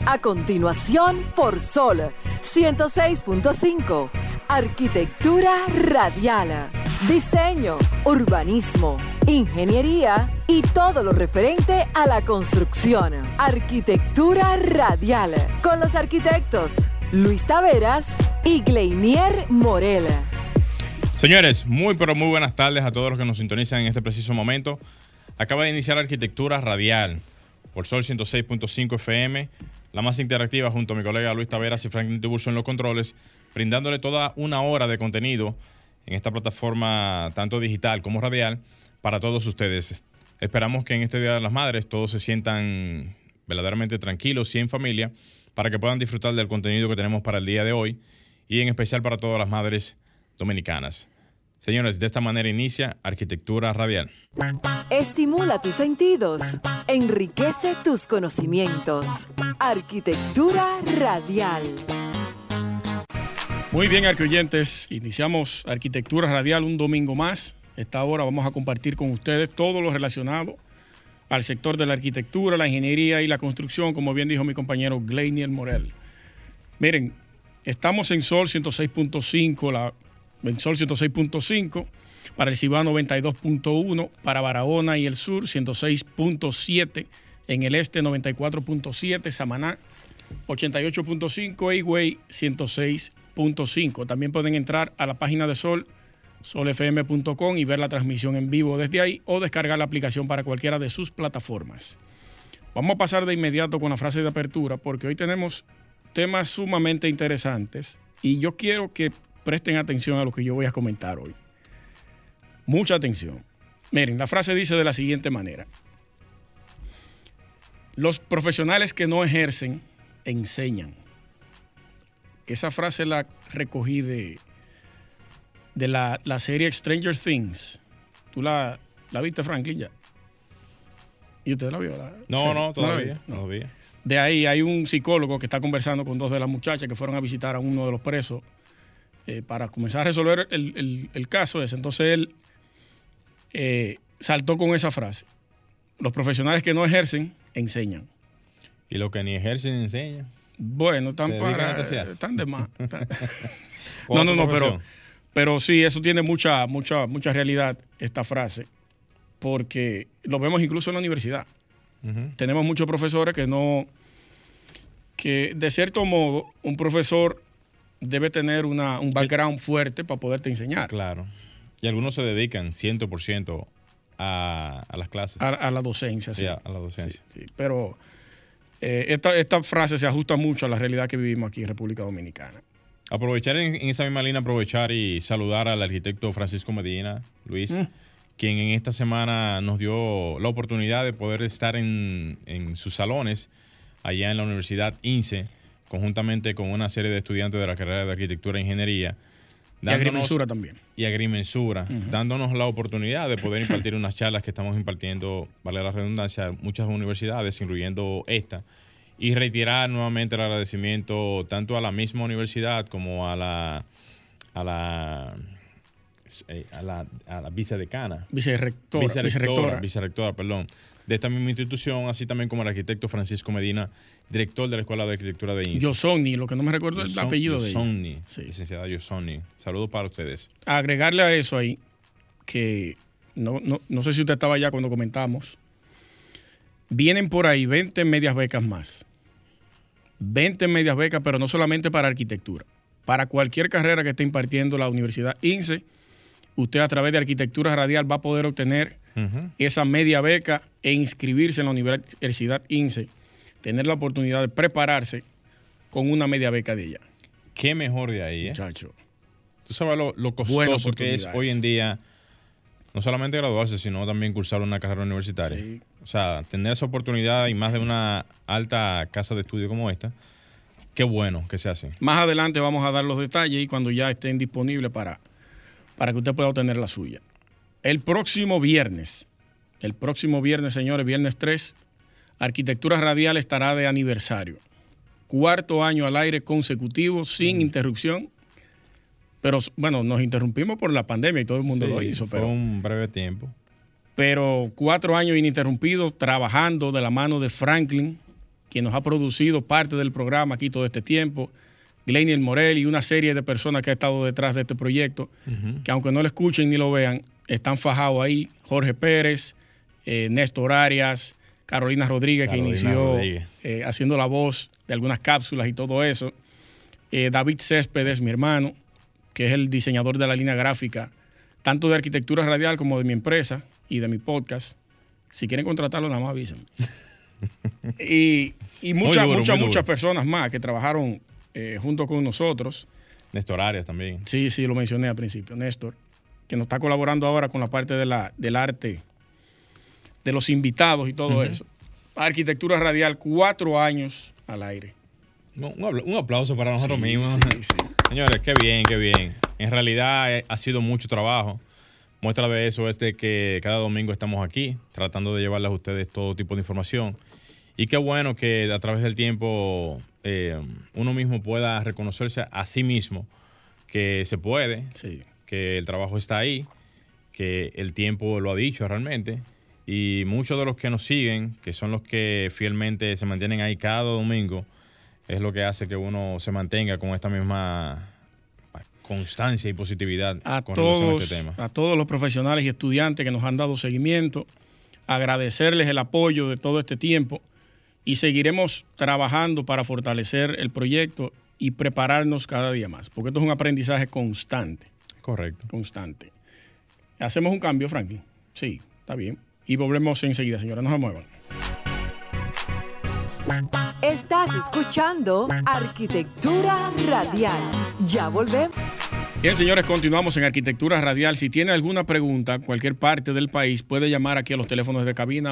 A continuación, por Sol 106.5. Arquitectura radial. Diseño, urbanismo, ingeniería y todo lo referente a la construcción. Arquitectura radial. Con los arquitectos Luis Taveras y Gleinier Morel. Señores, muy buenas tardes a todos los que nos sintonizan en este preciso momento. Acaba de iniciar Arquitectura Radial por Sol 106.5 FM, la más interactiva, junto a mi colega Luis Taveras y Franklin Tiburcio en los controles, brindándole toda una hora de contenido en esta plataforma tanto digital como radial para todos ustedes. Esperamos que en este Día de las Madres todos se sientan verdaderamente tranquilos y en familia para que puedan disfrutar del contenido que tenemos para el día de hoy y en especial para todas las madres dominicanas. Señores, de esta manera inicia Arquitectura Radial. Estimula tus sentidos, enriquece tus conocimientos. Arquitectura Radial. Muy bien, arquioyentes, iniciamos Arquitectura Radial un domingo más. Esta hora vamos a compartir con ustedes todo lo relacionado al sector de la arquitectura, la ingeniería y la construcción, como bien dijo mi compañero Gleinier Morel. Miren, estamos en Sol 106.5, en Sol 106.5, para el Cibao 92.1, para Barahona y el sur 106.7, en el este 94.7, Samaná 88.5, Higüey 106.5. También pueden entrar a la página de Sol, solfm.com, y ver la transmisión en vivo desde ahí o descargar la aplicación para cualquiera de sus plataformas. Vamos a pasar de inmediato con la frase de apertura porque hoy tenemos temas sumamente interesantes y yo quiero que presten atención a lo que yo voy a comentar hoy. Mucha atención. Miren, la frase dice de la siguiente manera: los profesionales que no ejercen, enseñan. Esa frase la recogí de la serie Stranger Things. ¿Tú la viste, Franklin, ya? ¿Y usted la vio? No, todavía. De ahí hay un psicólogo que está conversando con dos de las muchachas que fueron a visitar a uno de los presos para comenzar a resolver el caso ese. Entonces él saltó con esa frase: los profesionales que no ejercen, enseñan. ¿Y los que ni ejercen, enseñan? Bueno, están de más. Pero sí, eso tiene mucha realidad, esta frase, porque lo vemos incluso en la universidad. Uh-huh. Tenemos muchos profesores que de cierto modo, un profesor debe tener un background fuerte para poderte enseñar. Claro. Y algunos se dedican 100% a las clases. A la docencia, sí. Sí, a la docencia. Sí. Pero esta frase se ajusta mucho a la realidad que vivimos aquí en República Dominicana. Aprovechar en esa misma línea, aprovechar y saludar al arquitecto Francisco Medina, Luis, quien en esta semana nos dio la oportunidad de poder estar en sus salones allá en la Universidad INSE, conjuntamente con una serie de estudiantes de la carrera de Arquitectura e Ingeniería. Y Agrimensura también. Y Agrimensura, dándonos la oportunidad de poder impartir unas charlas que estamos impartiendo, vale la redundancia, muchas universidades, incluyendo esta, y reiterar nuevamente el agradecimiento tanto a la misma universidad como a la vicedecana. Vicerrectora, perdón, de esta misma institución, así también como el arquitecto Francisco Medina, director de la Escuela de Arquitectura de INSE. Yosoni, lo que no me recuerdo es el apellido de ella. Sí. Licenciada Yosoni. Saludos para ustedes. Agregarle a eso ahí, que no sé si usted estaba allá cuando comentamos, vienen por ahí 20 medias becas más. 20 medias becas, pero no solamente para arquitectura. Para cualquier carrera que esté impartiendo la Universidad INSE, usted a través de Arquitectura Radial va a poder obtener esa media beca e inscribirse en la Universidad INSE, tener la oportunidad de prepararse con una media beca de ella. Qué mejor de ahí, Muchacho. Tú sabes lo costoso que es hoy en día, no solamente graduarse, sino también cursar una carrera universitaria. Sí. O sea, tener esa oportunidad y más de una alta casa de estudio como esta, qué bueno que se hace. Más adelante vamos a dar los detalles y cuando ya estén disponibles para que usted pueda obtener la suya. El próximo viernes, señores, viernes 3, Arquitectura Radial estará de aniversario. 4º año al aire consecutivo, sin interrupción. Pero bueno, nos interrumpimos por la pandemia y todo el mundo lo hizo. Pero fue un breve tiempo. Pero 4 años ininterrumpidos, trabajando de la mano de Franklin quien nos ha producido parte del programa aquí todo este tiempo, Gleinier Morel y una serie de personas que ha estado detrás de este proyecto, que aunque no lo escuchen ni lo vean, están fajados ahí. Jorge Pérez, Néstor Arias, Carolina Rodríguez, que inició haciendo la voz de algunas cápsulas y todo eso. David Céspedes, mi hermano, que es el diseñador de la línea gráfica, tanto de Arquitectura Radial como de mi empresa y de mi podcast. Si quieren contratarlo, nada más avisen. y muchas personas más que trabajaron junto con nosotros. Néstor Arias también. Sí, lo mencioné al principio. Néstor, que nos está colaborando ahora con la parte del arte, de los invitados y todo eso. Arquitectura Radial, 4 años al aire. Un aplauso para nosotros mismos. Sí. Señores, qué bien, qué bien. En realidad ha sido mucho trabajo. Muestra de eso es de que cada domingo estamos aquí tratando de llevarles a ustedes todo tipo de información. Y qué bueno que a través del tiempo uno mismo pueda reconocerse a sí mismo que se puede, que el trabajo está ahí, que el tiempo lo ha dicho realmente. Y muchos de los que nos siguen, que son los que fielmente se mantienen ahí cada domingo, es lo que hace que uno se mantenga con esta misma constancia y positividad con relación a este tema. A todos los profesionales y estudiantes que nos han dado seguimiento, agradecerles el apoyo de todo este tiempo y seguiremos trabajando para fortalecer el proyecto y prepararnos cada día más, porque esto es un aprendizaje constante. Correcto. Constante. ¿Hacemos un cambio, Franklin? Sí, está bien. Y volvemos enseguida, señora, no se muevan. Estás escuchando Arquitectura Radial. Ya volvemos. Bien, señores, continuamos en Arquitectura Radial. Si tiene alguna pregunta, cualquier parte del país, puede llamar aquí a los teléfonos de cabina al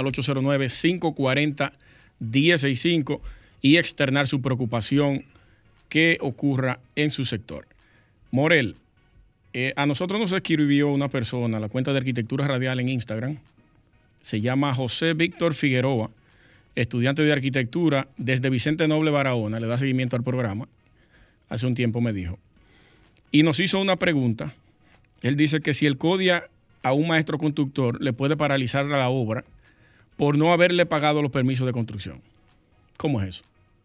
809-540-1065 y externar su preocupación que ocurra en su sector. Morel, a nosotros nos escribió una persona a la cuenta de Arquitectura Radial en Instagram. Se llama José Víctor Figueroa, estudiante de arquitectura desde Vicente Noble, Barahona. Le da seguimiento al programa. Hace un tiempo me dijo. Y nos hizo una pregunta. Él dice que si el CODIA a un maestro constructor le puede paralizar la obra por no haberle pagado los permisos de construcción. ¿Cómo es eso?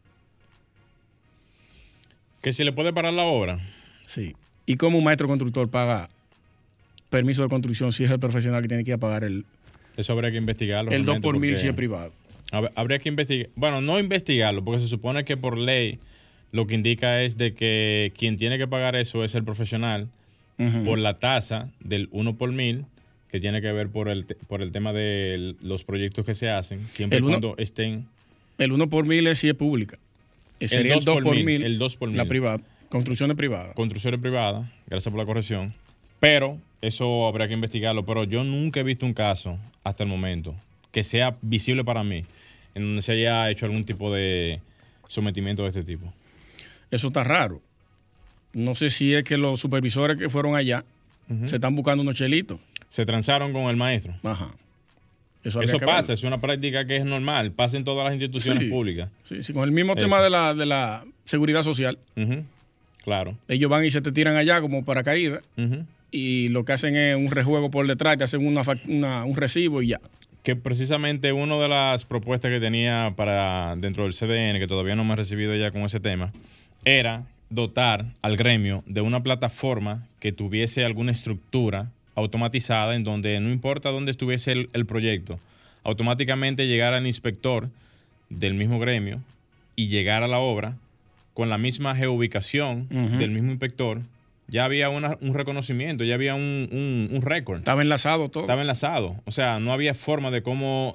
¿Que si le puede parar la obra? Sí. ¿Y cómo un maestro constructor paga permiso de construcción si es el profesional que tiene que ir a pagar el... Eso habría que investigarlo. El 2 por 1000 si es privado. Habría que investigar. Bueno, no investigarlo, porque se supone que por ley lo que indica es de que quien tiene que pagar eso es el profesional por la tasa del 1 por 1000, que tiene que ver por el tema de los proyectos que se hacen, siempre y cuando estén... El 1 por 1000 es si es pública. Sería el 2 por 1000. El 2 por 1000. La privada. Construcciones privadas. Construcciones privadas, gracias por la corrección. Pero eso habría que investigarlo. Pero yo nunca he visto un caso hasta el momento que sea visible para mí en donde se haya hecho algún tipo de sometimiento de este tipo. Eso está raro. No sé si es que los supervisores que fueron allá se están buscando unos chelitos. Se transaron con el maestro. Ajá. Eso pasa, es una práctica que es normal, pasa en todas las instituciones públicas. Sí, con el mismo tema de la seguridad social. Claro. Ellos van y se te tiran allá como paracaídas y lo que hacen es un rejuego por detrás, te hacen un recibo y ya. Que precisamente una de las propuestas que tenía para dentro del CDN, que todavía no me he recibido ya con ese tema, era dotar al gremio de una plataforma que tuviese alguna estructura automatizada en donde no importa dónde estuviese el proyecto, automáticamente llegara el inspector del mismo gremio y llegara a la obra con la misma geoubicación del mismo inspector. Ya había un reconocimiento, ya había un récord. Estaba enlazado todo. Estaba enlazado. O sea, no había forma de cómo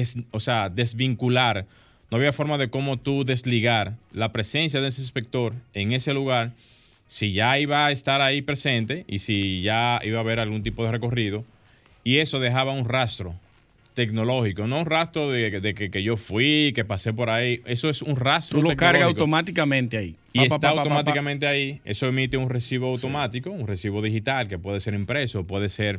desvincular, no había forma de cómo tú desligar la presencia de ese inspector en ese lugar si ya iba a estar ahí presente y si ya iba a haber algún tipo de recorrido. Y eso dejaba un rastro tecnológico, no un rastro de que yo fui, que pasé por ahí. Eso es un rastro tecnológico. Tú lo cargas automáticamente ahí. Y está automáticamente ahí. Eso emite un recibo automático, un recibo digital que puede ser impreso, puede ser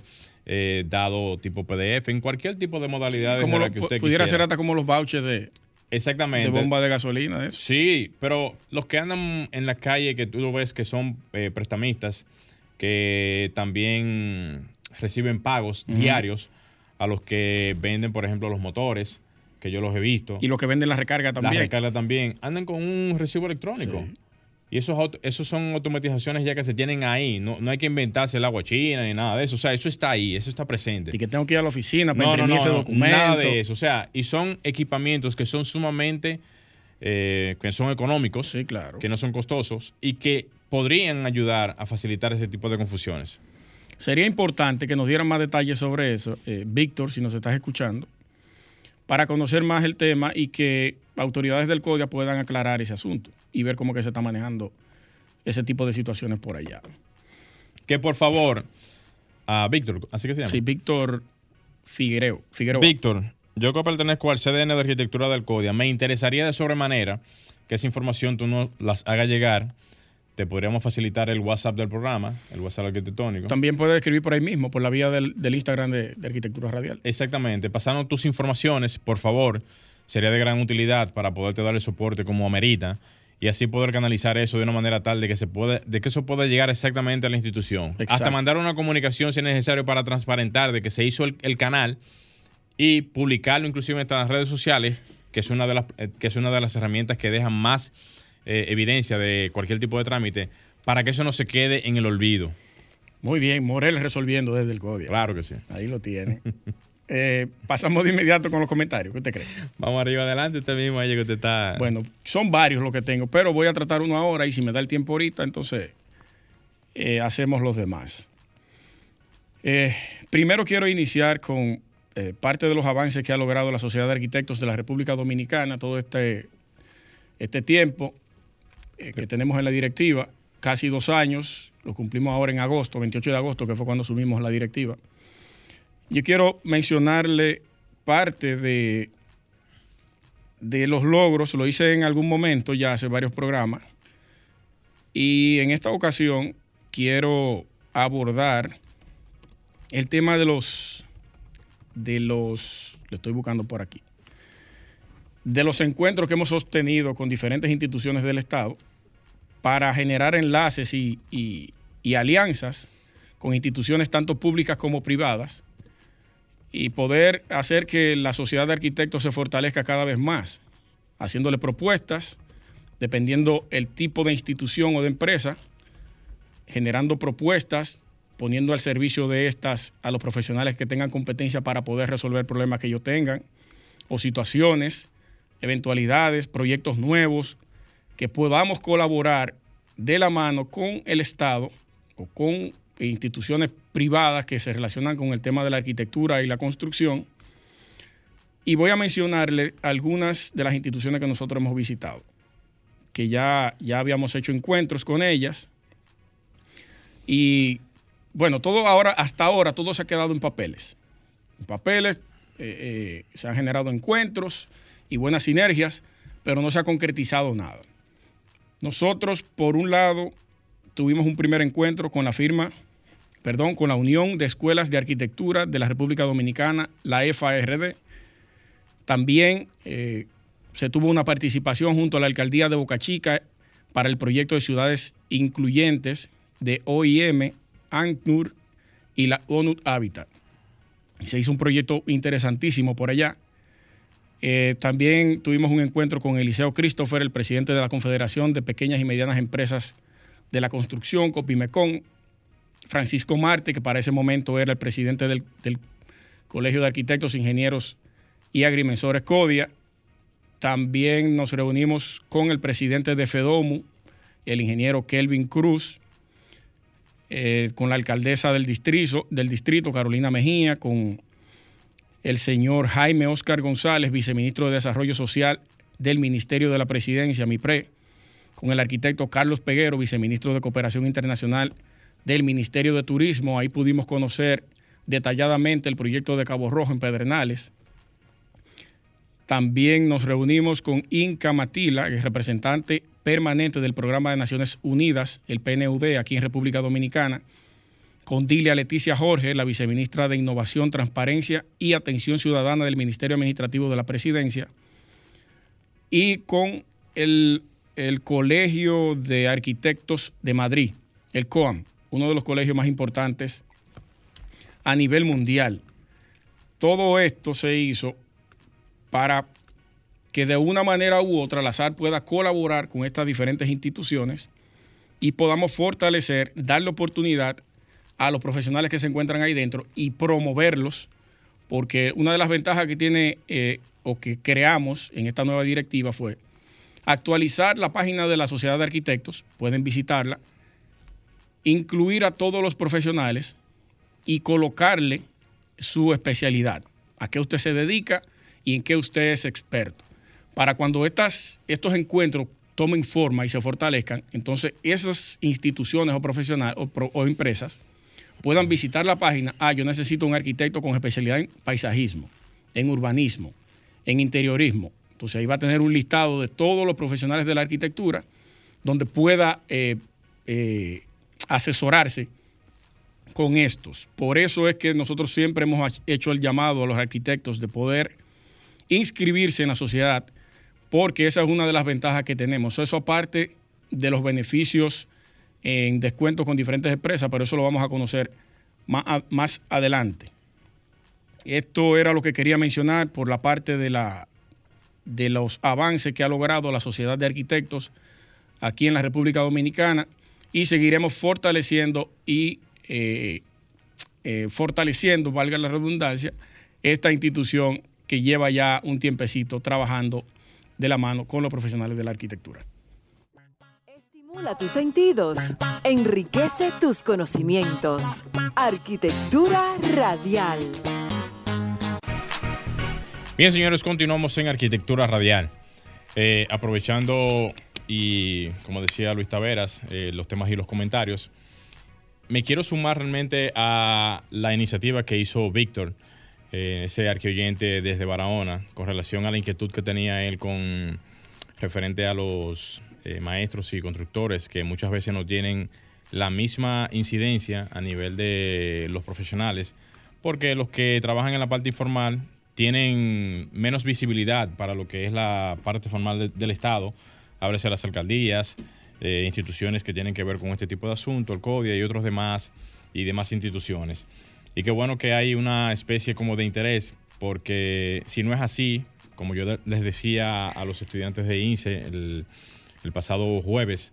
dado tipo PDF, en cualquier tipo de modalidad como que usted pudiera quisiera. ser hasta como los vouchers de bomba de gasolina. Eso. Sí, pero los que andan en la calle, que tú lo ves que son prestamistas, que también reciben pagos diarios a los que venden, por ejemplo, los motores, que yo los he visto. Y los que venden la recarga también. La recarga también. Andan con un recibo electrónico. Sí. Y esos son automatizaciones ya que se tienen ahí. No hay que inventarse el agua china ni nada de eso. O sea, eso está ahí, eso está presente. Y que tengo que ir a la oficina para imprimir ese documento. Nada de eso. O sea, y son equipamientos que son sumamente, que son económicos, sí, claro, que no son costosos y que podrían ayudar a facilitar ese tipo de confusiones. Sería importante que nos dieran más detalles sobre eso, Víctor, si nos estás escuchando, para conocer más el tema y que autoridades del CODIA puedan aclarar ese asunto y ver cómo que se está manejando ese tipo de situaciones por allá. Que por favor, a Víctor, ¿así que se llama? Sí, Víctor Figueroa. Víctor, yo que pertenezco al CDN de Arquitectura del CODIA, me interesaría de sobremanera que esa información tú nos las hagas llegar. Te podríamos facilitar el WhatsApp del programa, el WhatsApp arquitectónico. También puedes escribir por ahí mismo, por la vía del Instagram de Arquitectura Radial. Exactamente. Pasando tus informaciones, por favor, sería de gran utilidad para poderte dar el soporte como amerita y así poder canalizar eso de una manera tal de que eso pueda llegar exactamente a la institución. Exacto. Hasta mandar una comunicación si es necesario para transparentar de que se hizo el canal y publicarlo inclusive en las redes sociales, que es una de las herramientas que dejan más evidencia de cualquier tipo de trámite, para que eso no se quede en el olvido. Muy bien, Morel resolviendo desde el CODIA. Claro que sí. Ahí lo tiene. Pasamos de inmediato con los comentarios. ¿Qué usted cree? Vamos arriba adelante, usted mismo ahí que usted está. Bueno, son varios los que tengo, pero voy a tratar uno ahora y si me da el tiempo ahorita, entonces hacemos los demás. Primero quiero iniciar con parte de los avances que ha logrado la Sociedad de Arquitectos de la República Dominicana todo este tiempo que tenemos en la directiva, casi 2 años, lo cumplimos ahora en agosto, 28 de agosto, que fue cuando asumimos la directiva. Yo quiero mencionarle parte de los logros, lo hice en algún momento ya hace varios programas, y en esta ocasión quiero abordar el tema de los, lo estoy buscando por aquí, de los encuentros que hemos sostenido con diferentes instituciones del Estado para generar enlaces y alianzas con instituciones tanto públicas como privadas y poder hacer que la sociedad de arquitectos se fortalezca cada vez más, haciéndole propuestas, dependiendo el tipo de institución o de empresa, generando propuestas, poniendo al servicio de estas a los profesionales que tengan competencia para poder resolver problemas que ellos tengan o situaciones, eventualidades, proyectos nuevos, que podamos colaborar de la mano con el Estado o con instituciones privadas que se relacionan con el tema de la arquitectura y la construcción. Y voy a mencionarle algunas de las instituciones que nosotros hemos visitado, que ya habíamos hecho encuentros con ellas. Y bueno, hasta ahora todo se ha quedado en papeles. En papeles se han generado encuentros y buenas sinergias, pero no se ha concretizado nada. Nosotros, por un lado, tuvimos un primer encuentro con la Unión de Escuelas de Arquitectura de la República Dominicana, la FARD. También se tuvo una participación junto a la Alcaldía de Boca Chica para el proyecto de ciudades incluyentes de OIM, ANCNUR y la ONU Habitat. Se hizo un proyecto interesantísimo por allá. También tuvimos un encuentro con Eliseo Christopher, el presidente de la Confederación de Pequeñas y Medianas Empresas de la Construcción, Copimecon, Francisco Marte, que para ese momento era el presidente del Colegio de Arquitectos, Ingenieros y Agrimensores CODIA. También nos reunimos con el presidente de FEDOMU, el ingeniero Kelvin Cruz, con la alcaldesa del distrito, Carolina Mejía, con el señor Jaime Oscar González, viceministro de Desarrollo Social del Ministerio de la Presidencia, MIPRE, con el arquitecto Carlos Peguero, viceministro de Cooperación Internacional del Ministerio de Turismo. Ahí pudimos conocer detalladamente el proyecto de Cabo Rojo en Pedernales. También nos reunimos con Inca Matila, el representante permanente del Programa de Naciones Unidas, el PNUD, aquí en República Dominicana, con Dilia Leticia Jorge, la viceministra de Innovación, Transparencia y Atención Ciudadana del Ministerio Administrativo de la Presidencia, y con el Colegio de Arquitectos de Madrid, el COAM, uno de los colegios más importantes a nivel mundial. Todo esto se hizo para que de una manera u otra la SAR pueda colaborar con estas diferentes instituciones y podamos fortalecer, darle oportunidad a los profesionales que se encuentran ahí dentro y promoverlos, porque una de las ventajas que tiene o que creamos en esta nueva directiva fue actualizar la página de la Sociedad de Arquitectos, pueden visitarla, incluir a todos los profesionales y colocarle su especialidad, a qué usted se dedica y en qué usted es experto. Para cuando estos encuentros tomen forma y se fortalezcan, entonces esas instituciones o profesionales o empresas puedan visitar la página. Yo necesito un arquitecto con especialidad en paisajismo, en urbanismo, en interiorismo. Entonces ahí va a tener un listado de todos los profesionales de la arquitectura donde pueda asesorarse con estos. Por eso es que nosotros siempre hemos hecho el llamado a los arquitectos de poder inscribirse en la sociedad, porque esa es una de las ventajas que tenemos. Eso aparte de los beneficios en descuentos con diferentes empresas, pero eso lo vamos a conocer más adelante. Esto era lo que quería mencionar por la parte de los avances que ha logrado la Sociedad de Arquitectos aquí en la República Dominicana, y seguiremos fortaleciendo fortaleciendo, valga la redundancia, esta institución que lleva ya un tiempecito trabajando de la mano con los profesionales de la arquitectura. Estimula tus sentidos, enriquece tus conocimientos. Arquitectura Radial. Bien, señores, continuamos en Arquitectura Radial. Aprovechando y, como decía Luis Taveras, los temas y los comentarios, me quiero sumar realmente a la iniciativa que hizo Víctor, ese arqueoyente desde Barahona, con relación a la inquietud que tenía él con referente a los maestros y constructores que muchas veces no tienen la misma incidencia a nivel de los profesionales, porque los que trabajan en la parte informal tienen menos visibilidad para lo que es la parte formal del Estado, háblese de las alcaldías, instituciones que tienen que ver con este tipo de asuntos, el CODIA y otros demás instituciones. Y qué bueno que hay una especie como de interés, porque si no es así, como yo les decía a los estudiantes de INSE el pasado jueves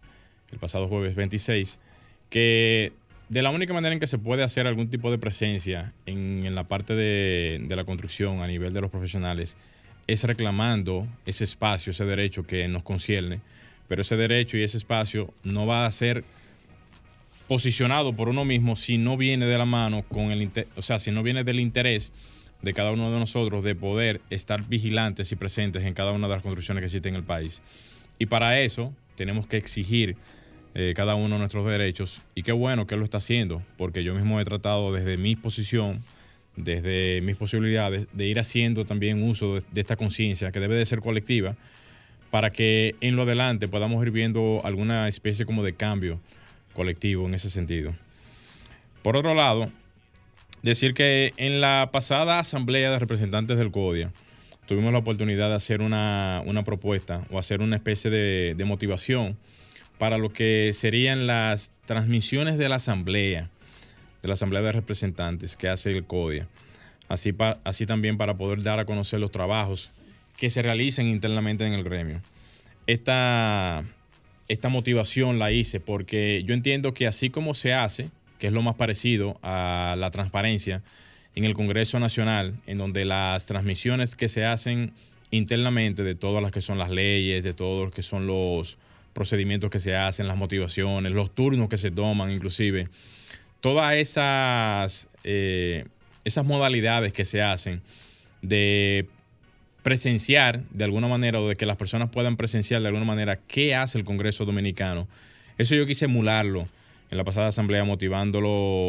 26, que de la única manera en que se puede hacer algún tipo de presencia en la parte de la construcción a nivel de los profesionales es reclamando ese espacio, ese derecho que nos concierne, pero ese derecho y ese espacio no va a ser posicionado por uno mismo si no viene de la mano con si no viene del interés de cada uno de nosotros de poder estar vigilantes y presentes en cada una de las construcciones que existen en el país. Y para eso tenemos que exigir cada uno de nuestros derechos, y qué bueno que él lo está haciendo, porque yo mismo he tratado desde mi posición, desde mis posibilidades, de ir haciendo también uso de esta conciencia que debe de ser colectiva, para que en lo adelante podamos ir viendo alguna especie como de cambio colectivo en ese sentido. Por otro lado, decir que en la pasada asamblea de representantes del CODIA tuvimos la oportunidad de hacer una propuesta o hacer una especie de motivación para lo que serían las transmisiones de la asamblea de representantes que hace el CODIA, así también para poder dar a conocer los trabajos que se realizan internamente en el gremio. Esta motivación la hice porque yo entiendo que así como se hace, que es lo más parecido a la transparencia en el Congreso Nacional, en donde las transmisiones que se hacen internamente de todas las que son las leyes, de todos los que son los procedimientos que se hacen, las motivaciones, los turnos que se toman, inclusive, todas esas modalidades que se hacen de presenciar de alguna manera, o de que las personas puedan presenciar de alguna manera qué hace el Congreso Dominicano. Eso yo quise emularlo en la pasada asamblea, motivándolo,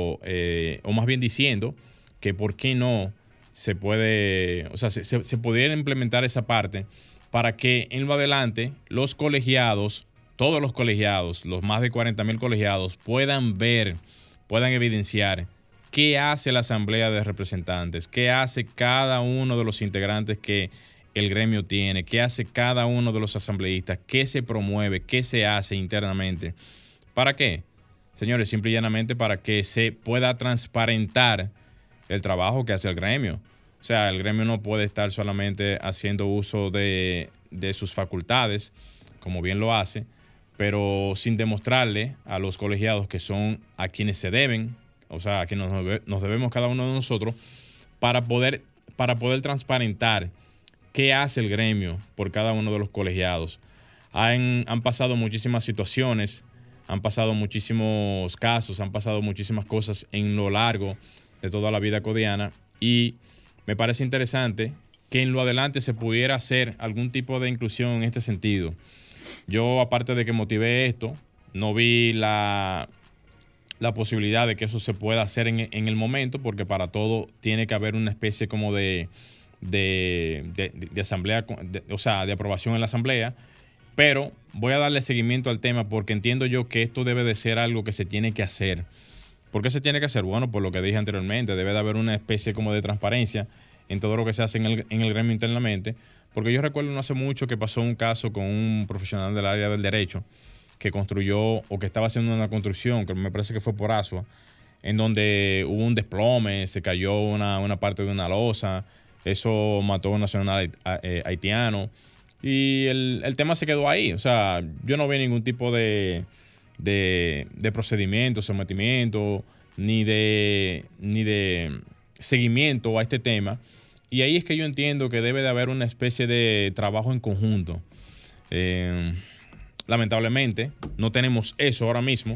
o más bien diciendo que por qué no se puede, se pudiera implementar esa parte para que en lo adelante los colegiados, todos los colegiados, los más de 40,000 colegiados, puedan ver, puedan evidenciar qué hace la Asamblea de Representantes, qué hace cada uno de los integrantes que el gremio tiene, qué hace cada uno de los asambleístas, qué se promueve, qué se hace internamente. ¿Para qué? Señores, simple y llanamente para que se pueda transparentar el trabajo que hace el gremio. O sea, el gremio no puede estar solamente haciendo uso de sus facultades, como bien lo hace, pero sin demostrarle a los colegiados que son a quienes se deben, o sea, a quienes nos debemos cada uno de nosotros, para poder transparentar qué hace el gremio por cada uno de los colegiados. Han pasado muchísimas situaciones, han pasado muchísimos casos, han pasado muchísimas cosas en lo largo de toda la vida codiana, y me parece interesante que en lo adelante se pudiera hacer algún tipo de inclusión en este sentido. Yo, aparte de que motivé esto, no vi la posibilidad de que eso se pueda hacer en el momento, porque para todo tiene que haber una especie como de asamblea, o sea, de aprobación en la asamblea. Pero voy a darle seguimiento al tema porque entiendo yo que esto debe de ser algo que se tiene que hacer. ¿Por qué se tiene que hacer? Bueno, por lo que dije anteriormente, debe de haber una especie como de transparencia en todo lo que se hace en el gremio internamente. Porque yo recuerdo no hace mucho que pasó un caso con un profesional del área del derecho que construyó o que estaba haciendo una construcción, que me parece que fue por Asua, en donde hubo un desplome, se cayó una parte de una losa, eso mató a un nacional haitiano. Y el tema se quedó ahí. O sea, yo no vi ningún tipo de procedimiento, sometimiento, ni de seguimiento a este tema. Y ahí es que yo entiendo que debe de haber una especie de trabajo en conjunto. Lamentablemente, no tenemos eso ahora mismo.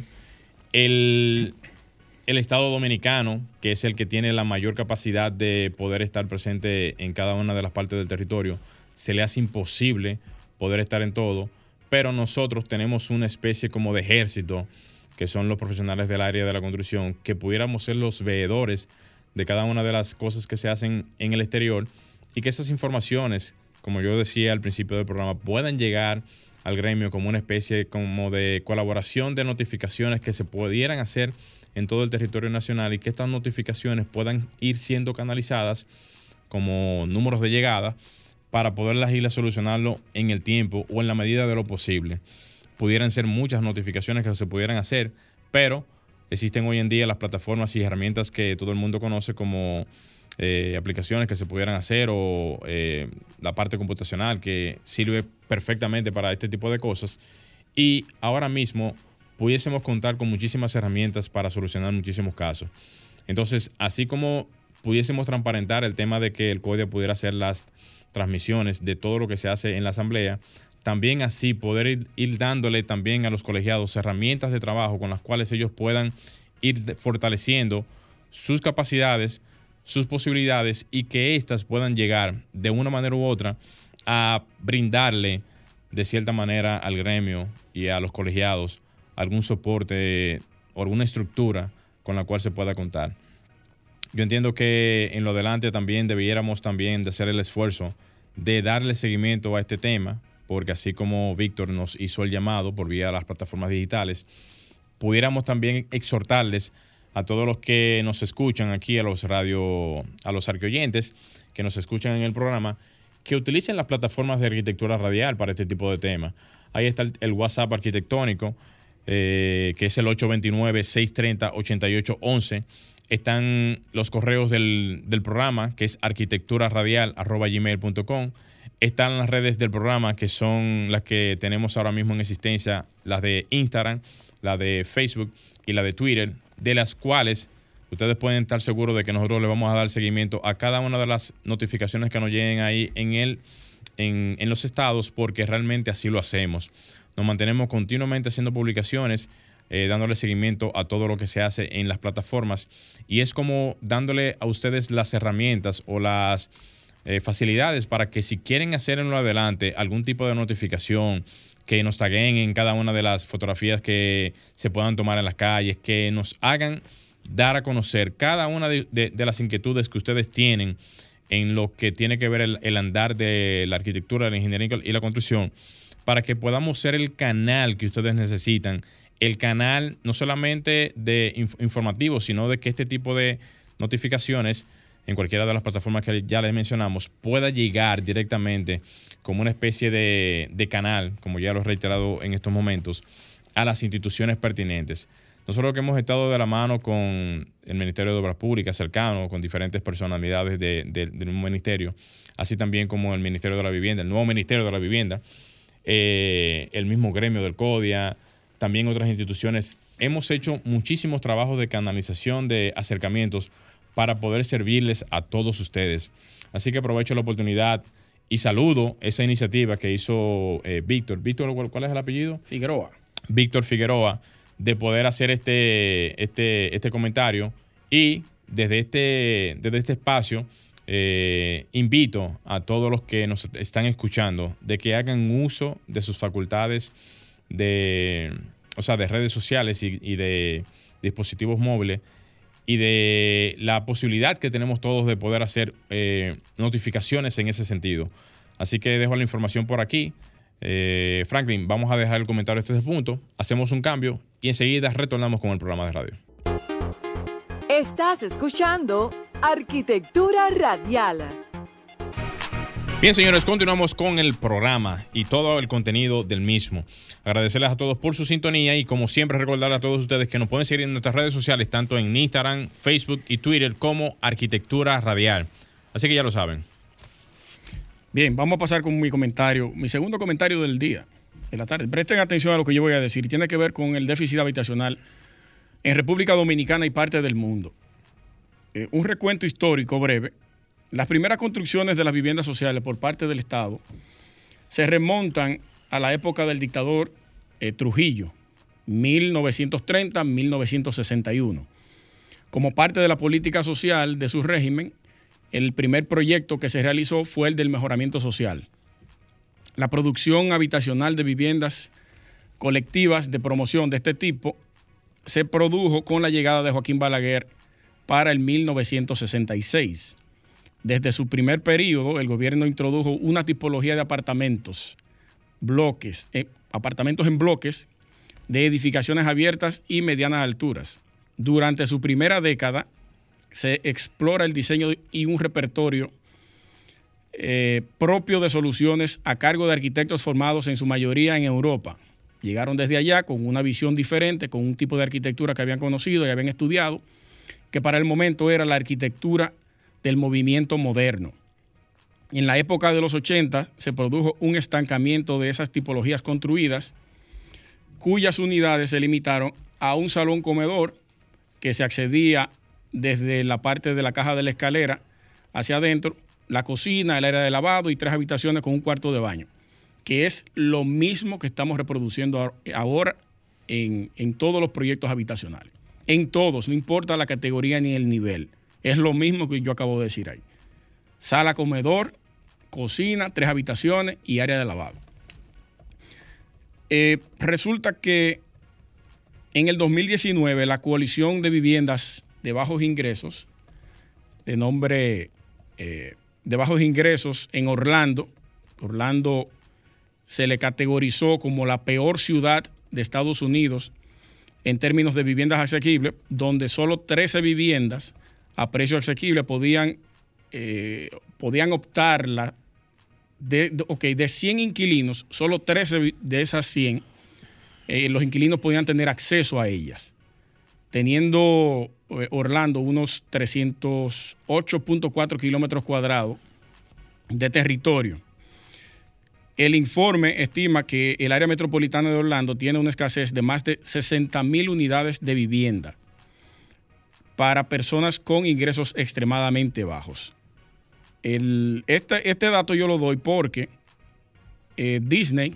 El Estado Dominicano, que es el que tiene la mayor capacidad de poder estar presente en cada una de las partes del territorio, se le hace imposible poder estar en todo, pero nosotros tenemos una especie como de ejército, que son los profesionales del área de la construcción, que pudiéramos ser los veedores de cada una de las cosas que se hacen en el exterior, y que esas informaciones, como yo decía al principio del programa, puedan llegar al gremio como una especie como de colaboración de notificaciones que se pudieran hacer en todo el territorio nacional, y que estas notificaciones puedan ir siendo canalizadas como números de llegada para poderlas ir a solucionarlo en el tiempo o en la medida de lo posible. Pudieran ser muchas notificaciones que se pudieran hacer, pero existen hoy en día las plataformas y herramientas que todo el mundo conoce como aplicaciones que se pudieran hacer, o la parte computacional que sirve perfectamente para este tipo de cosas. Y ahora mismo pudiésemos contar con muchísimas herramientas para solucionar muchísimos casos. Entonces, así como pudiésemos transparentar el tema de que el CODIA pudiera hacer las transmisiones de todo lo que se hace en la asamblea, también así poder ir dándole también a los colegiados herramientas de trabajo con las cuales ellos puedan ir fortaleciendo sus capacidades, sus posibilidades, y que éstas puedan llegar de una manera u otra a brindarle de cierta manera al gremio y a los colegiados algún soporte o alguna estructura con la cual se pueda contar. Yo entiendo que en lo adelante también debiéramos también de hacer el esfuerzo de darle seguimiento a este tema, porque así como Víctor nos hizo el llamado por vía de las plataformas digitales, pudiéramos también exhortarles a todos los que nos escuchan aquí, a los arqueoyentes que nos escuchan en el programa, que utilicen las plataformas de arquitectura radial para este tipo de temas. Ahí está el WhatsApp arquitectónico, que es el 829-630-8811. Están los correos del programa, que es arquitecturaradial@gmail.com. Están las redes del programa, que son las que tenemos ahora mismo en existencia, las de Instagram, la de Facebook y la de Twitter, de las cuales ustedes pueden estar seguros de que nosotros les vamos a dar seguimiento a cada una de las notificaciones que nos lleguen ahí en los estados, porque realmente así lo hacemos. Nos mantenemos continuamente haciendo publicaciones, dándole seguimiento a todo lo que se hace en las plataformas, y es como dándole a ustedes las herramientas o las facilidades para que, si quieren hacer en lo adelante algún tipo de notificación, que nos taguen en cada una de las fotografías que se puedan tomar en las calles, que nos hagan dar a conocer cada una de las inquietudes que ustedes tienen en lo que tiene que ver el andar de la arquitectura, la ingeniería y la construcción, para que podamos ser el canal que ustedes necesitan, el canal no solamente de informativo, sino de que este tipo de notificaciones en cualquiera de las plataformas que ya les mencionamos pueda llegar directamente como una especie de canal, como ya lo he reiterado en estos momentos, a las instituciones pertinentes. nosotros que hemos estado de la mano con el Ministerio de Obras Públicas, cercano, con diferentes personalidades del mismo ministerio, así también como el Ministerio de la Vivienda, el nuevo Ministerio de la Vivienda, el mismo gremio del CODIA, también otras instituciones, hemos hecho muchísimos trabajos de canalización, de acercamientos para poder servirles a todos ustedes. Así que aprovecho la oportunidad y saludo esa iniciativa que hizo Víctor. Víctor, ¿cuál es el apellido? Figueroa. Víctor Figueroa, de poder hacer este comentario. Y desde este espacio invito a todos los que nos están escuchando de que hagan uso de sus facultades de redes sociales y de dispositivos móviles, y de la posibilidad que tenemos todos de poder hacer notificaciones en ese sentido. Así que dejo la información por aquí. Franklin, vamos a dejar el comentario hasta este punto, hacemos un cambio y enseguida retornamos con el programa de radio. Estás escuchando Arquitectura Radial. Bien, señores, continuamos con el programa y todo el contenido del mismo. Agradecerles a todos por su sintonía y, como siempre, recordar a todos ustedes que nos pueden seguir en nuestras redes sociales, tanto en Instagram, Facebook y Twitter, como Arquitectura Radial. Así que ya lo saben. Bien, vamos a pasar con mi comentario, mi segundo comentario del día, de la tarde. Presten atención a lo que yo voy a decir. Tiene que ver con el déficit habitacional en República Dominicana y parte del mundo. Un recuento histórico breve. Las primeras construcciones de las viviendas sociales por parte del Estado se remontan a la época del dictador Trujillo, 1930-1961. Como parte de la política social de su régimen, el primer proyecto que se realizó fue el del mejoramiento social. La producción habitacional de viviendas colectivas de promoción de este tipo se produjo con la llegada de Joaquín Balaguer para el 1966. Desde su primer periodo, el gobierno introdujo una tipología de apartamentos en bloques de edificaciones abiertas y medianas alturas. Durante su primera década, se explora el diseño y un repertorio propio de soluciones a cargo de arquitectos formados en su mayoría en Europa. Llegaron desde allá con una visión diferente, con un tipo de arquitectura que habían conocido y habían estudiado, que para el momento era la arquitectura del movimiento moderno. En la época de los 80 se produjo un estancamiento de esas tipologías construidas, cuyas unidades se limitaron a un salón comedor que se accedía desde la parte de la caja de la escalera hacia adentro, la cocina, el área de lavado y 3 habitaciones con un cuarto de baño, que es lo mismo que estamos reproduciendo ahora en todos los proyectos habitacionales. En todos, no importa la categoría ni el nivel. Es lo mismo que yo acabo de decir ahí. Sala, comedor, cocina, 3 habitaciones y área de lavado. Resulta que en el 2019 la coalición de viviendas de bajos ingresos, de nombre de bajos ingresos en Orlando se le categorizó como la peor ciudad de Estados Unidos en términos de viviendas asequibles, donde solo 13 viviendas a precio asequible podían optarla. De 100 inquilinos, solo 13 de esas 100, los inquilinos podían tener acceso a ellas, teniendo Orlando unos 308.4 kilómetros cuadrados de territorio. El informe estima que el área metropolitana de Orlando tiene una escasez de más de 60,000 unidades de vivienda para personas con ingresos extremadamente bajos. Este dato yo lo doy porque Disney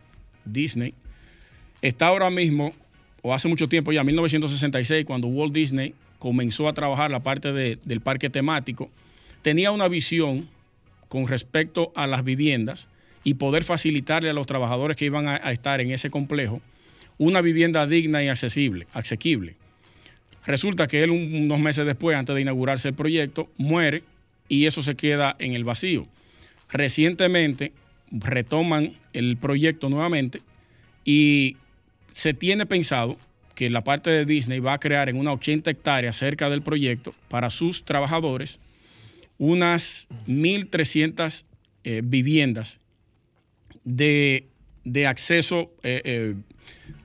está ahora mismo, o hace mucho tiempo ya, 1966, cuando Walt Disney comenzó a trabajar la parte del parque temático, tenía una visión con respecto a las viviendas y poder facilitarle a los trabajadores que iban a estar en ese complejo una vivienda digna y asequible. Resulta que él unos meses después, antes de inaugurarse el proyecto, muere y eso se queda en el vacío. Recientemente retoman el proyecto nuevamente y se tiene pensado que la parte de Disney va a crear en unas 80 hectáreas cerca del proyecto para sus trabajadores unas 1,300 viviendas de acceso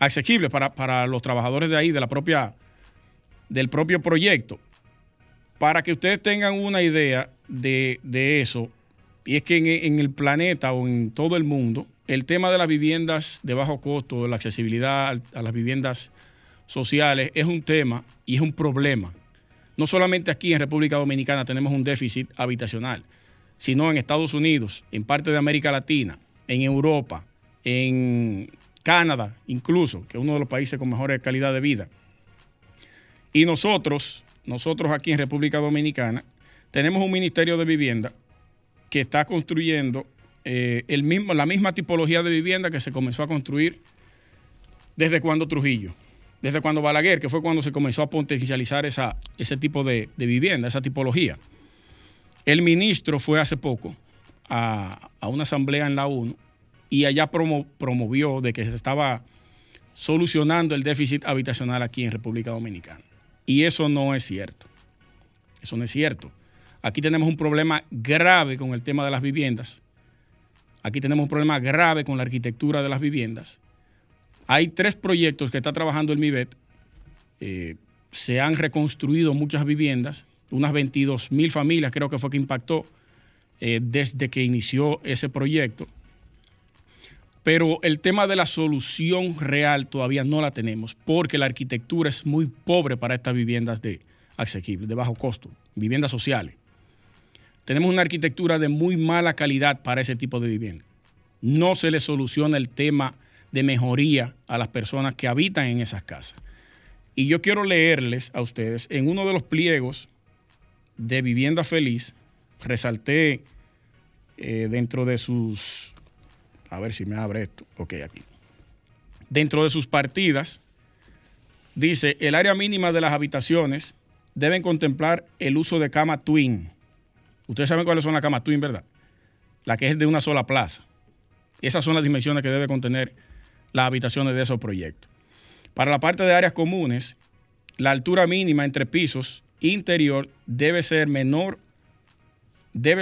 asequibles para los trabajadores de ahí, del propio proyecto. Para que ustedes tengan una idea de eso, y es que en el planeta o en todo el mundo, el tema de las viviendas de bajo costo, la accesibilidad a las viviendas sociales, es un tema y es un problema. No solamente aquí en República Dominicana tenemos un déficit habitacional, sino en Estados Unidos, en parte de América Latina, en Europa, en Canadá incluso, que es uno de los países con mejor calidad de vida. Y nosotros aquí en República Dominicana tenemos un Ministerio de Vivienda que está construyendo la misma tipología de vivienda que se comenzó a construir desde cuando Trujillo, desde cuando Balaguer, que fue cuando se comenzó a potencializar ese tipo de vivienda, esa tipología. El ministro fue hace poco a una asamblea en la ONU y allá promovió de que se estaba solucionando el déficit habitacional aquí en República Dominicana. Y eso no es cierto. Eso no es cierto. Aquí tenemos un problema grave con el tema de las viviendas. Aquí tenemos un problema grave con la arquitectura de las viviendas. Hay 3 proyectos que está trabajando el MIBET. Se han reconstruido muchas viviendas, unas 22,000 familias creo que fue que impactó desde que inició ese proyecto. Pero el tema de la solución real todavía no la tenemos porque la arquitectura es muy pobre para estas viviendas asequibles, de bajo costo, viviendas sociales. Tenemos una arquitectura de muy mala calidad para ese tipo de vivienda. No se le soluciona el tema de mejoría a las personas que habitan en esas casas. Y yo quiero leerles a ustedes, en uno de los pliegos de Vivienda Feliz, resalté dentro de sus... A ver si me abre esto. Ok, aquí. Dentro de sus partidas, dice, el área mínima de las habitaciones deben contemplar el uso de cama twin. Ustedes saben cuáles son las camas twin, ¿verdad? La que es de una sola plaza. Esas son las dimensiones que debe contener las habitaciones de esos proyectos. Para la parte de áreas comunes, la altura mínima entre pisos interior no debe ser menor de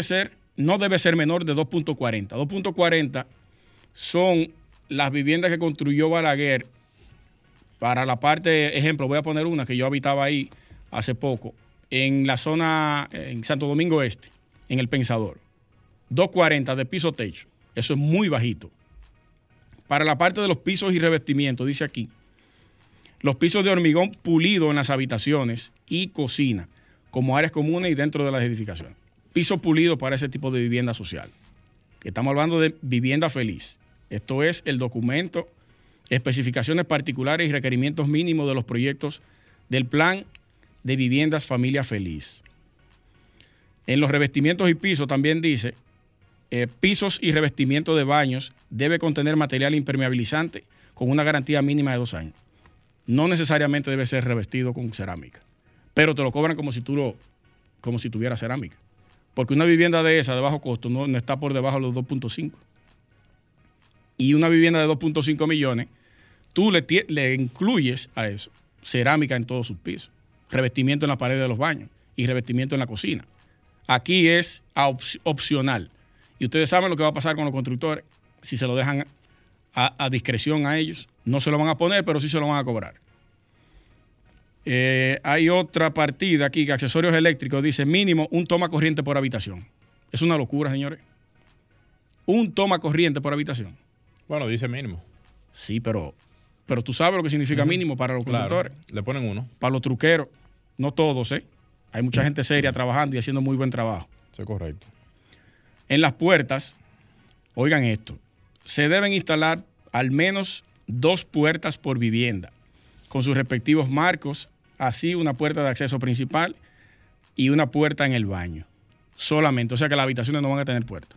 2.40. 2.40 son las viviendas que construyó Balaguer para la parte, ejemplo, voy a poner una que yo habitaba ahí hace poco, en la zona, en Santo Domingo Este, en El Pensador. 2.40 de piso techo. Eso es muy bajito. Para la parte de los pisos y revestimientos, dice aquí, los pisos de hormigón pulido en las habitaciones y cocina, como áreas comunes y dentro de las edificaciones. Piso pulido para ese tipo de vivienda social. Estamos hablando de vivienda feliz. Esto es el documento, especificaciones particulares y requerimientos mínimos de los proyectos del Plan de Viviendas Familia Feliz. En los revestimientos y pisos también dice, pisos y revestimiento de baños debe contener material impermeabilizante con una garantía mínima de 2 años. No necesariamente debe ser revestido con cerámica, pero te lo cobran como si tuviera cerámica. Porque una vivienda de esa de bajo costo no está por debajo de los 2.5. Y una vivienda de 2.5 millones, tú le incluyes a eso cerámica en todos sus pisos, revestimiento en la pared de los baños y revestimiento en la cocina. Aquí es opcional. Y ustedes saben lo que va a pasar con los constructores. Si se lo dejan a discreción a ellos, no se lo van a poner, pero sí se lo van a cobrar. Hay otra partida aquí que accesorios eléctricos dice mínimo un toma corriente por habitación. Es una locura, señores. Un toma corriente por habitación. Bueno, dice mínimo. Sí, pero tú sabes lo que significa mínimo para los constructores. Le ponen uno. Para los truqueros, no todos, ¿eh? Hay mucha gente seria trabajando y haciendo muy buen trabajo. Eso es correcto. En las puertas, oigan esto, se deben instalar al menos 2 puertas por vivienda, con sus respectivos marcos, así una puerta de acceso principal y una puerta en el baño. Solamente, o sea que las habitaciones no van a tener puerta.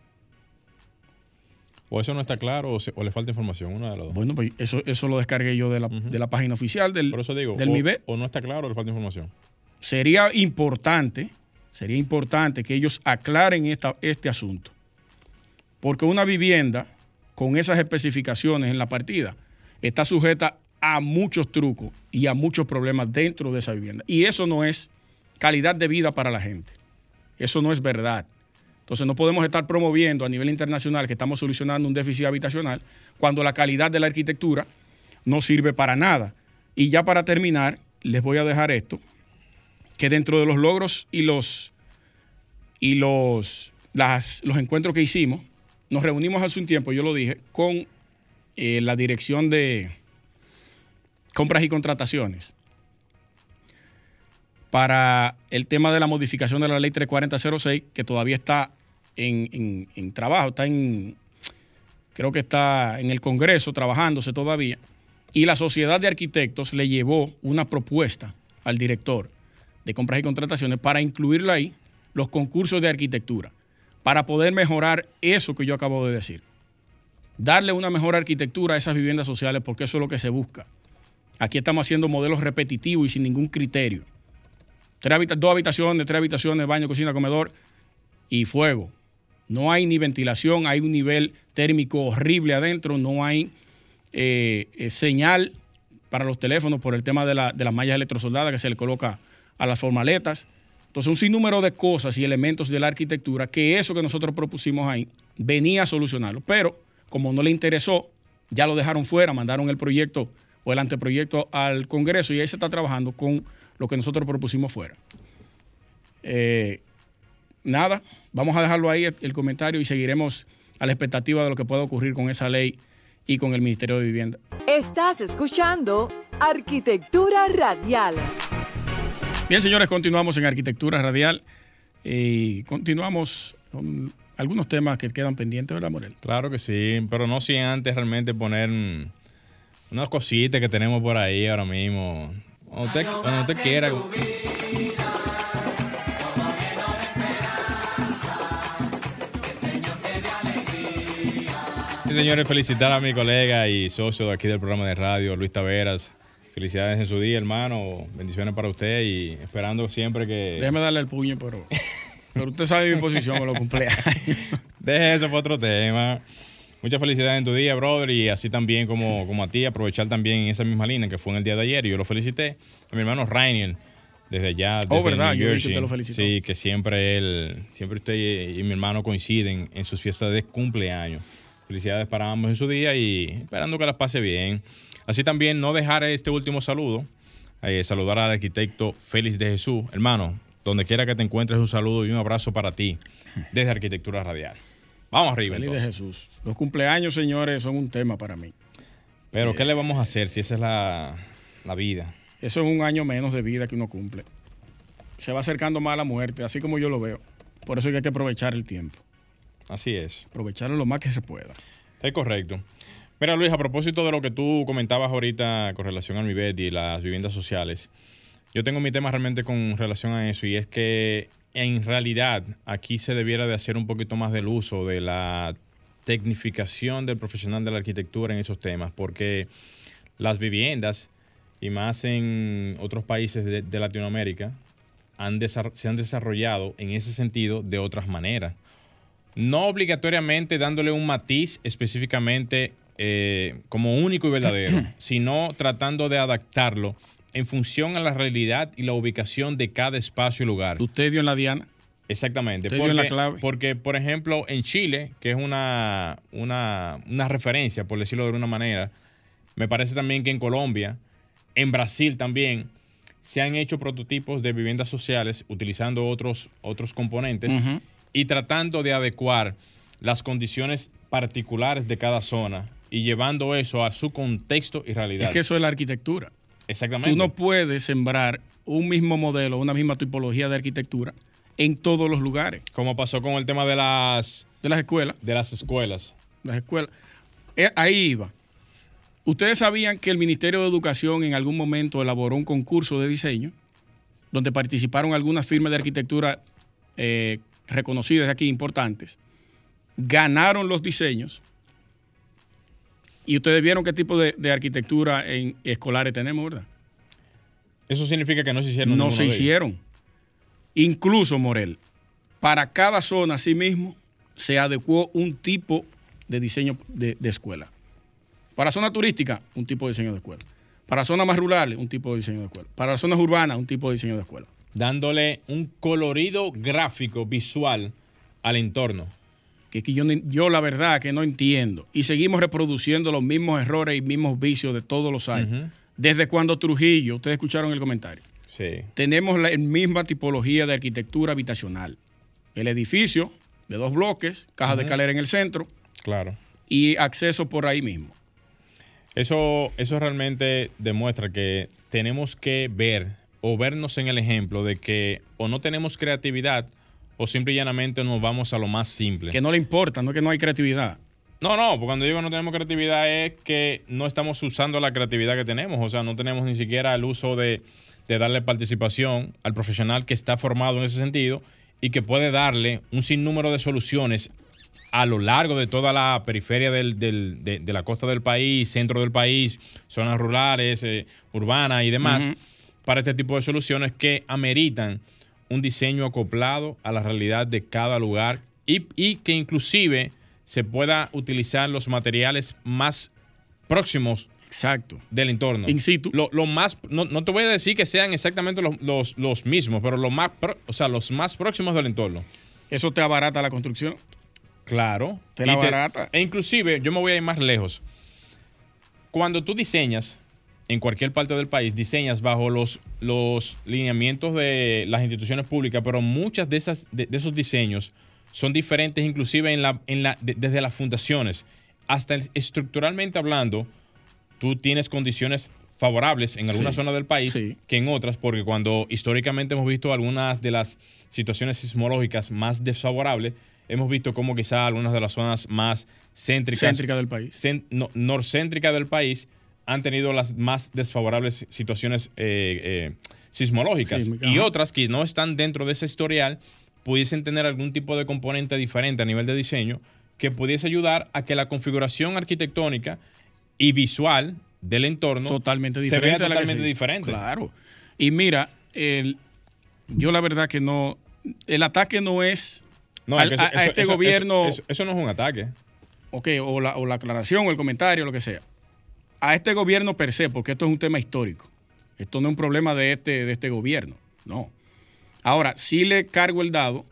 O eso no está claro o le falta información, una de las dos. Bueno, pues eso lo descargué yo de la página oficial del MIBET. O no está claro o le falta información. Sería importante que ellos aclaren este asunto. Porque una vivienda con esas especificaciones en la partida está sujeta a muchos trucos y a muchos problemas dentro de esa vivienda. Y eso no es calidad de vida para la gente. Eso no es verdad. Entonces no podemos estar promoviendo a nivel internacional que estamos solucionando un déficit habitacional cuando la calidad de la arquitectura no sirve para nada. Y ya para terminar, les voy a dejar esto, que dentro de los logros y los encuentros que hicimos, nos reunimos hace un tiempo, yo lo dije, con la dirección de compras y contrataciones para el tema de la modificación de la ley 34006, que todavía está en trabajo, creo que está en el Congreso trabajándose todavía, y la Sociedad de Arquitectos le llevó una propuesta al director de compras y contrataciones para incluirla ahí, los concursos de arquitectura, para poder mejorar eso que yo acabo de decir. Darle una mejor arquitectura a esas viviendas sociales, porque eso es lo que se busca. Aquí estamos haciendo modelos repetitivos y sin ningún criterio. 2 habitaciones, 3 habitaciones, baño, cocina, comedor y fuego. No hay ni ventilación, hay un nivel térmico horrible adentro, no hay señal para los teléfonos por el tema de las mallas electrosoldadas que se le coloca a las formaletas. Entonces, un sinnúmero de cosas y elementos de la arquitectura que eso que nosotros propusimos ahí venía a solucionarlo. Pero, como no le interesó, ya lo dejaron fuera, mandaron el proyecto o el anteproyecto al Congreso y ahí se está trabajando con lo que nosotros propusimos fuera. Nada, vamos a dejarlo ahí el comentario y seguiremos a la expectativa de lo que pueda ocurrir con esa ley y con el Ministerio de Vivienda. Estás escuchando Arquitectura Radial. Bien, señores, continuamos en Arquitectura Radial y continuamos con algunos temas que quedan pendientes, ¿verdad, Morel? Claro que sí, pero no sin antes realmente poner unas cositas que tenemos por ahí ahora mismo. Cuando usted quiera. Sí, señores, felicitar a mi colega y socio de aquí del programa de radio, Luis Taveras. Felicidades en su día, hermano. Bendiciones para usted y esperando siempre que... Déjeme darle el puño, pero usted sabe mi posición con los cumpleaños. Deje eso para otro tema. Muchas felicidades en tu día, brother, y así también como a ti, aprovechar también en esa misma línea que fue en el día de ayer. Y yo lo felicité a mi hermano Rainier, desde allá, desde ¿verdad? New Jersey. Yo vi que usted lo felicitó. Sí, que siempre usted y mi hermano coinciden en sus fiestas de cumpleaños. Felicidades para ambos en su día y esperando que las pase bien. Así también no dejar este último saludo, saludar al arquitecto Félix de Jesús. Hermano, donde quiera que te encuentres, un saludo y un abrazo para ti desde Arquitectura Radial. Vamos arriba, Feliz entonces. de Jesús. Los cumpleaños, señores, son un tema para mí. Pero, ¿qué le vamos a hacer si esa es la vida? Eso es un año menos de vida que uno cumple. Se va acercando más a la muerte, así como yo lo veo. Por eso hay que aprovechar el tiempo. Así es. Aprovecharlo lo más que se pueda. Es correcto. Mira, Luis, a propósito de lo que tú comentabas ahorita con relación al MIBET y las viviendas sociales, yo tengo mi tema realmente con relación a eso, y es que en realidad aquí se debiera de hacer un poquito más del uso de la tecnificación del profesional de la arquitectura en esos temas, porque las viviendas, y más en otros países de Latinoamérica, se han desarrollado en ese sentido de otras maneras. No obligatoriamente dándole un matiz específicamente como único y verdadero, sino tratando de adaptarlo en función a la realidad y la ubicación de cada espacio y lugar. Usted dio en la diana. Exactamente. Usted dio en la clave. Porque, por ejemplo, en Chile, que es una referencia, por decirlo de alguna manera, me parece también que en Colombia, en Brasil también, se han hecho prototipos de viviendas sociales utilizando otros componentes y tratando de adecuar las condiciones particulares de cada zona y llevando eso a su contexto y realidad. Es que eso es la arquitectura. Exactamente. Tú no puedes sembrar un mismo modelo, una misma tipología de arquitectura en todos los lugares. Como pasó con el tema de las escuelas. Las escuelas. Ahí iba. ¿Ustedes sabían que el Ministerio de Educación en algún momento elaboró un concurso de diseño donde participaron algunas firmas de arquitectura reconocidas aquí, importantes? Ganaron los diseños y ustedes vieron qué tipo de arquitectura en escolares tenemos, ¿verdad? Eso significa que no se hicieron. No se hicieron. Incluso, Morel, para cada zona sí mismo se adecuó un tipo de diseño de escuela. Para zona turística, un tipo de diseño de escuela. Para zonas más rurales, un tipo de diseño de escuela. Para zonas urbanas, un tipo de diseño de escuela. Dándole un colorido gráfico visual al entorno. que es que yo la verdad que no entiendo. Y seguimos reproduciendo los mismos errores y mismos vicios de todos los años. Desde cuando Trujillo, ustedes escucharon el comentario. Sí. Tenemos la misma tipología de arquitectura habitacional. El edificio de 2 bloques, caja de escalera en el centro. Claro. Y acceso por ahí mismo. Eso realmente demuestra que tenemos que ver o vernos en el ejemplo de que o no tenemos creatividad o simple y llanamente nos vamos a lo más simple. Que no le importa, no es que no hay creatividad. No, porque cuando digo no tenemos creatividad es que no estamos usando la creatividad que tenemos. O sea, no tenemos ni siquiera el uso de darle participación al profesional que está formado en ese sentido y que puede darle un sinnúmero de soluciones a lo largo de toda la periferia de la costa del país, centro del país, zonas rurales, urbanas y demás, para este tipo de soluciones que ameritan un diseño acoplado a la realidad de cada lugar y que inclusive se pueda utilizar los materiales más próximos del entorno. In situ. Lo más, no te voy a decir que sean exactamente los mismos, pero los más próximos del entorno. Eso te abarata la construcción. Claro. Te la barata. E inclusive, yo me voy a ir más lejos. Cuando tú diseñas en cualquier parte del país, diseñas bajo los lineamientos de las instituciones públicas, pero muchas de esos diseños son diferentes inclusive desde las fundaciones. Hasta estructuralmente hablando, tú tienes condiciones favorables en algunas zonas del país que en otras, porque cuando históricamente hemos visto algunas de las situaciones sismológicas más desfavorables, hemos visto como quizá algunas de las zonas más céntricas del país, norcéntricas del país, han tenido las más desfavorables situaciones sismológicas. Y otras que no están dentro de ese historial pudiesen tener algún tipo de componente diferente a nivel de diseño que pudiese ayudar a que la configuración arquitectónica y visual del entorno se vea totalmente diferente. Claro. Y mira, yo la verdad que no, el ataque no es a este gobierno. Eso no es un ataque. Ok, o la aclaración o el comentario, lo que sea. A este gobierno per se, porque esto es un tema histórico. Esto no es un problema de este gobierno. No. Ahora, sí le cargo el dado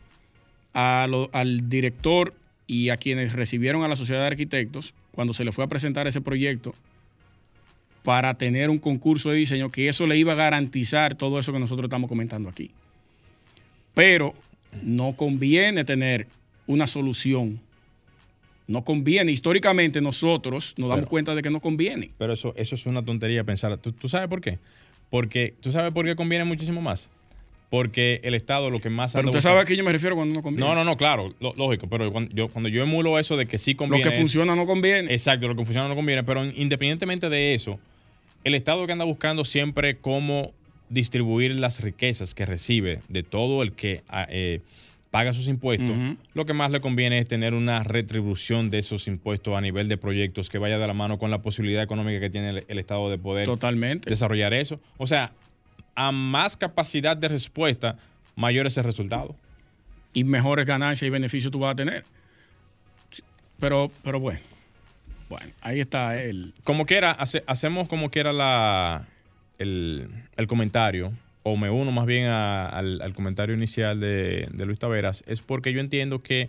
al director y a quienes recibieron a la Sociedad de Arquitectos cuando se le fue a presentar ese proyecto para tener un concurso de diseño, que eso le iba a garantizar todo eso que nosotros estamos comentando aquí. Pero no conviene tener una solución. No conviene. Históricamente nosotros nos damos cuenta de que no conviene. Pero eso es una tontería pensar. ¿Tú sabes por qué? Porque ¿tú sabes por qué conviene muchísimo más? Porque el Estado lo que más... Pero usted sabe a qué yo me refiero cuando no conviene. No, claro, lógico. Pero cuando yo emulo eso de que sí conviene... Lo que funciona no conviene. Exacto, lo que funciona no conviene. Pero independientemente de eso, el Estado que anda buscando siempre cómo distribuir las riquezas que recibe de todo el que paga sus impuestos, lo que más le conviene es tener una retribución de esos impuestos a nivel de proyectos que vaya de la mano con la posibilidad económica que tiene el Estado de poder desarrollar eso. O sea, a más capacidad de respuesta, mayor es el resultado. Y mejores ganancias y beneficios tú vas a tener. Pero bueno, ahí está el... Como quiera, hacemos como quiera el comentario, o me uno más bien al comentario inicial de Luis Taveras, es porque yo entiendo que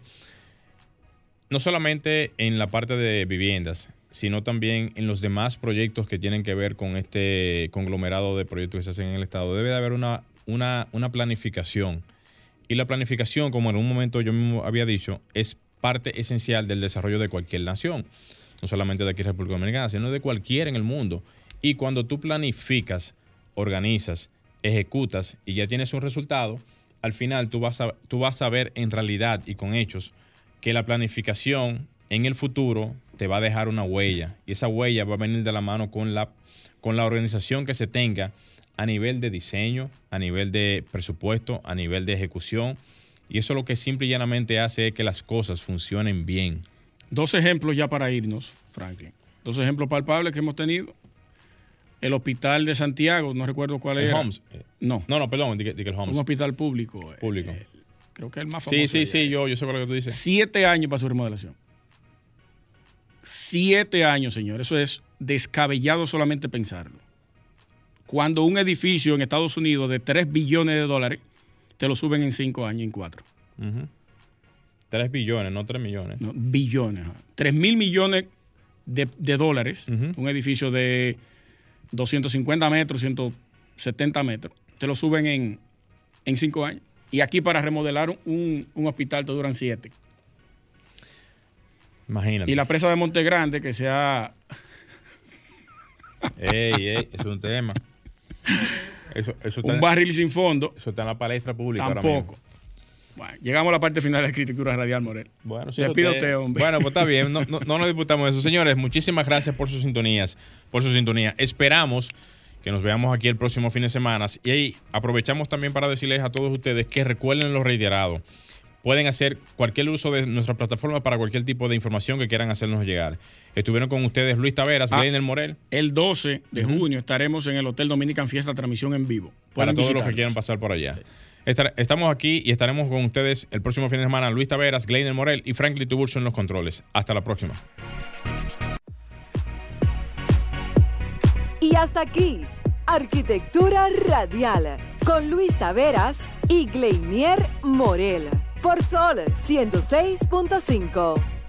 no solamente en la parte de viviendas, sino también en los demás proyectos que tienen que ver con este conglomerado de proyectos que se hacen en el Estado, debe de haber una planificación. Y la planificación, como en un momento yo mismo había dicho, es parte esencial del desarrollo de cualquier nación. No solamente de aquí en República Dominicana, sino de cualquiera en el mundo. Y cuando tú planificas, organizas, ejecutas y ya tienes un resultado, al final tú vas a ver en realidad y con hechos que la planificación en el futuro te va a dejar una huella, y esa huella va a venir de la mano con la organización que se tenga a nivel de diseño, a nivel de presupuesto, a nivel de ejecución, y eso lo que simple y llanamente hace es que las cosas funcionen bien. 2 ejemplos ya para irnos, Franklin. 2 ejemplos palpables que hemos tenido. El hospital de Santiago, no recuerdo cuál era. ¿El Homs? No, perdón, di que el Homs. Un hospital público. Creo que es el más famoso. Sí, yo sé lo que tú dices. 7 años para su remodelación. 7 años, señor. Eso es descabellado solamente pensarlo. Cuando un edificio en Estados Unidos de $3 billones te lo suben en 5 años, en 4. 3 billones, no 3 millones. No, billones. 3.000 millones de dólares. Un edificio de 250 metros, 170 metros. Te lo suben en 5 años. Y aquí para remodelar un hospital te duran 7. Imagínate. Y la presa de Monte Grande, que sea... Ey, es un tema. Eso un barril sin fondo. Eso está en la palestra pública. Tampoco. Bueno, llegamos a la parte final de la arquitectura radial, Morel. Bueno, si despido usted, hombre. Bueno, pues está bien. No nos disputamos eso. Señores, muchísimas gracias por sus sintonías, por su sintonía. Esperamos que nos veamos aquí el próximo fin de semana. Y ahí aprovechamos también para decirles a todos ustedes que recuerden lo reiterado. Pueden hacer cualquier uso de nuestra plataforma para cualquier tipo de información que quieran hacernos llegar. Estuvieron con ustedes Luis Taveras, Gleiner Morel. El 12 de junio estaremos en el Hotel Dominican Fiesta, transmisión en vivo. Para todos los que quieran pasar por allá. Sí. Estamos aquí y estaremos con ustedes el próximo fin de semana. Luis Taveras, Gleiner Morel y Franklin Tiburcio en los controles. Hasta la próxima. Y hasta aquí, Arquitectura Radial, con Luis Taveras y Gleiner Morel. Por Sol 106.5.